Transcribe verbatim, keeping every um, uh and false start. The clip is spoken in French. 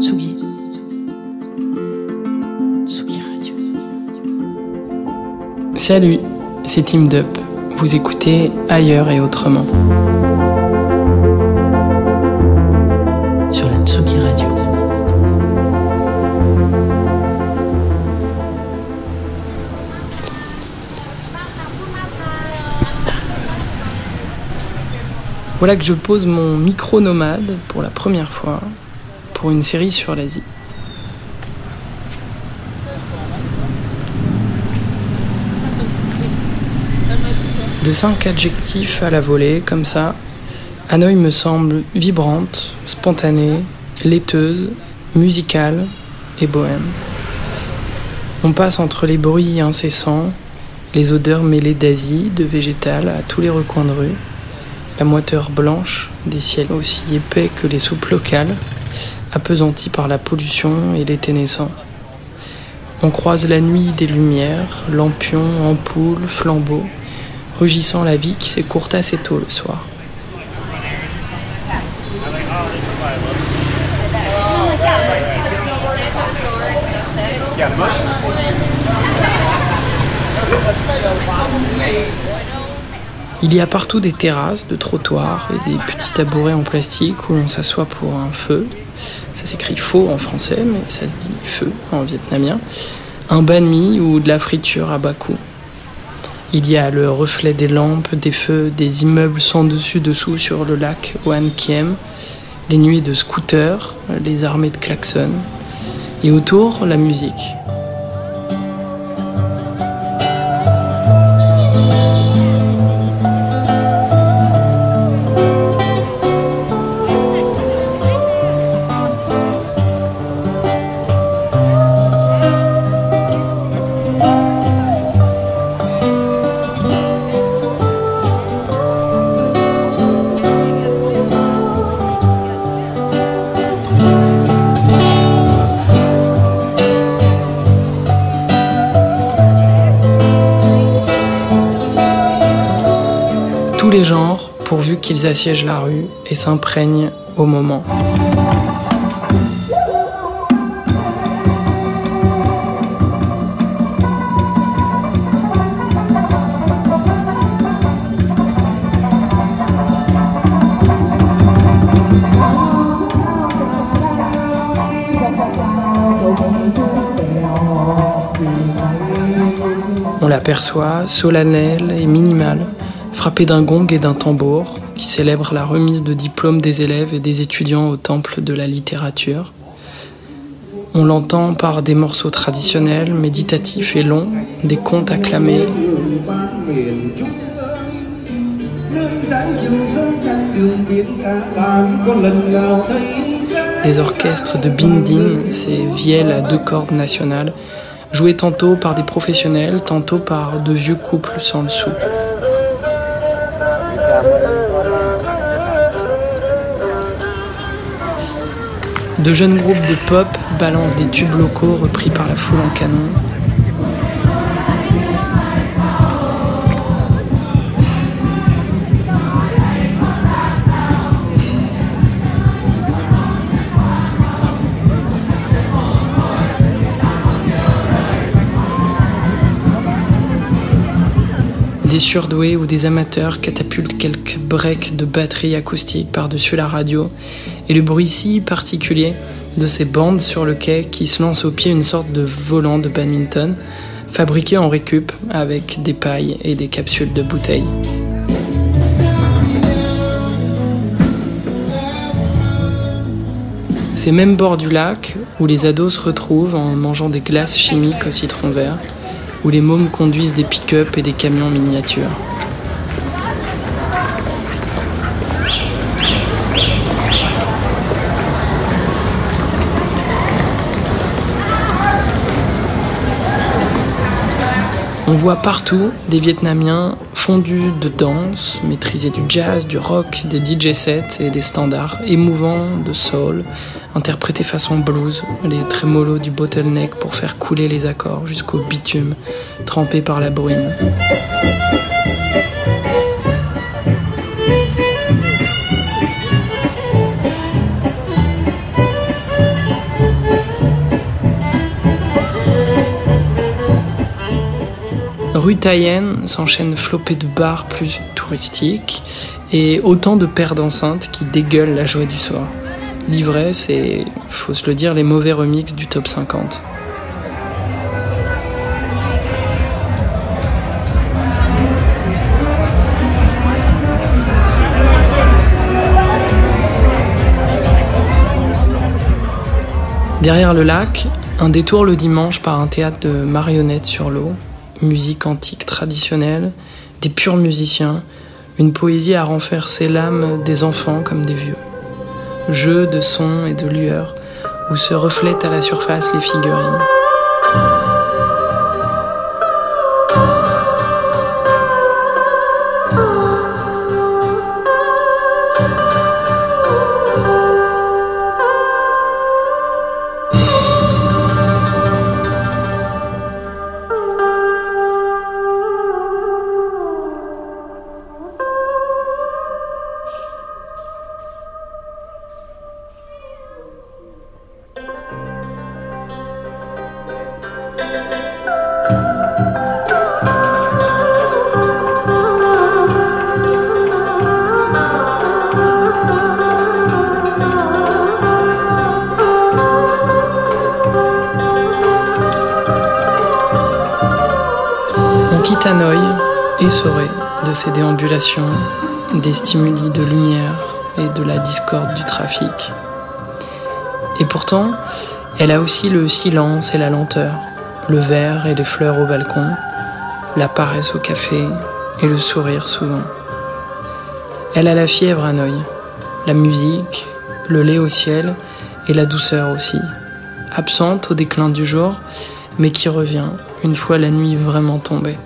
Tsugi. Tsugi Radio. Salut, c'est Team Dup. Vous écoutez Ailleurs et Autrement. Sur la Tsugi Radio. Voilà que je pose mon micro nomade pour la première fois pour une série sur l'Asie. De cinq adjectifs à la volée, comme ça, Hanoï me semble vibrante, spontanée, laiteuse, musicale et bohème. On passe entre les bruits incessants, les odeurs mêlées d'Asie, de végétal à tous les recoins de rue, la moiteur blanche des ciels aussi épais que les soupes locales, appesantis par la pollution et l'été naissant. On croise la nuit des lumières, lampions, ampoules, flambeaux, rugissant la vie qui s'écourte assez tôt le soir. Il y a partout des terrasses, de trottoirs et des petits tabourets en plastique où l'on s'assoit pour un feu. Ça s'écrit faux en français, mais ça se dit feu en vietnamien. Un banh mi ou de la friture à bas coût. Il y a le reflet des lampes, des feux, des immeubles sans dessus-dessous sur le lac Hoan Kiem, les nuées de scooters, les armées de klaxons, et autour, la musique. Tous les genres, pourvu qu'ils assiègent la rue et s'imprègnent au moment. On l'aperçoit solennelle et minimale, frappé d'un gong et d'un tambour, qui célèbre la remise de diplômes des élèves et des étudiants au temple de la littérature. On l'entend par des morceaux traditionnels, méditatifs et longs, des contes acclamés. Des orchestres de bindin, ces vielles à deux cordes nationales, joués tantôt par des professionnels, tantôt par de vieux couples sans le sou. De jeunes groupes de pop balancent des tubes locaux repris par la foule en canon. Des surdoués ou des amateurs catapultent quelques breaks de batterie acoustique par-dessus la radio et le bruit si particulier de ces bandes sur le quai qui se lancent au pied une sorte de volant de badminton fabriqué en récup avec des pailles et des capsules de bouteilles. Ces mêmes bords du lac où les ados se retrouvent en mangeant des glaces chimiques au citron vert, où les mômes conduisent des pick-up et des camions miniatures. On voit partout des Vietnamiens fondus de danse, maîtriser du jazz, du rock, des D J sets et des standards émouvants de soul, interprétés façon blues, les trémolos du bottleneck pour faire couler les accords jusqu'au bitume, trempé par la bruine. Rue Taïenne s'enchaînent flopées de bars plus touristiques et autant de paires d'enceintes qui dégueulent la joie du soir. L'ivresse et, faut se le dire, les mauvais remixes du top cinquante. Derrière le lac, un détour le dimanche par un théâtre de marionnettes sur l'eau, musique antique traditionnelle, des purs musiciens, une poésie à renverser l'âme des enfants comme des vieux. Jeu de sons et de lueurs où se reflètent à la surface les figurines. Quitte Hanoï, essoré de ses déambulations, des stimuli de lumière et de la discorde du trafic. Et pourtant, elle a aussi le silence et la lenteur, le verre et les fleurs au balcon, la paresse au café et le sourire souvent. Elle a la fièvre Hanoï, la musique, le lait au ciel et la douceur aussi, absente au déclin du jour, mais qui revient une fois la nuit vraiment tombée.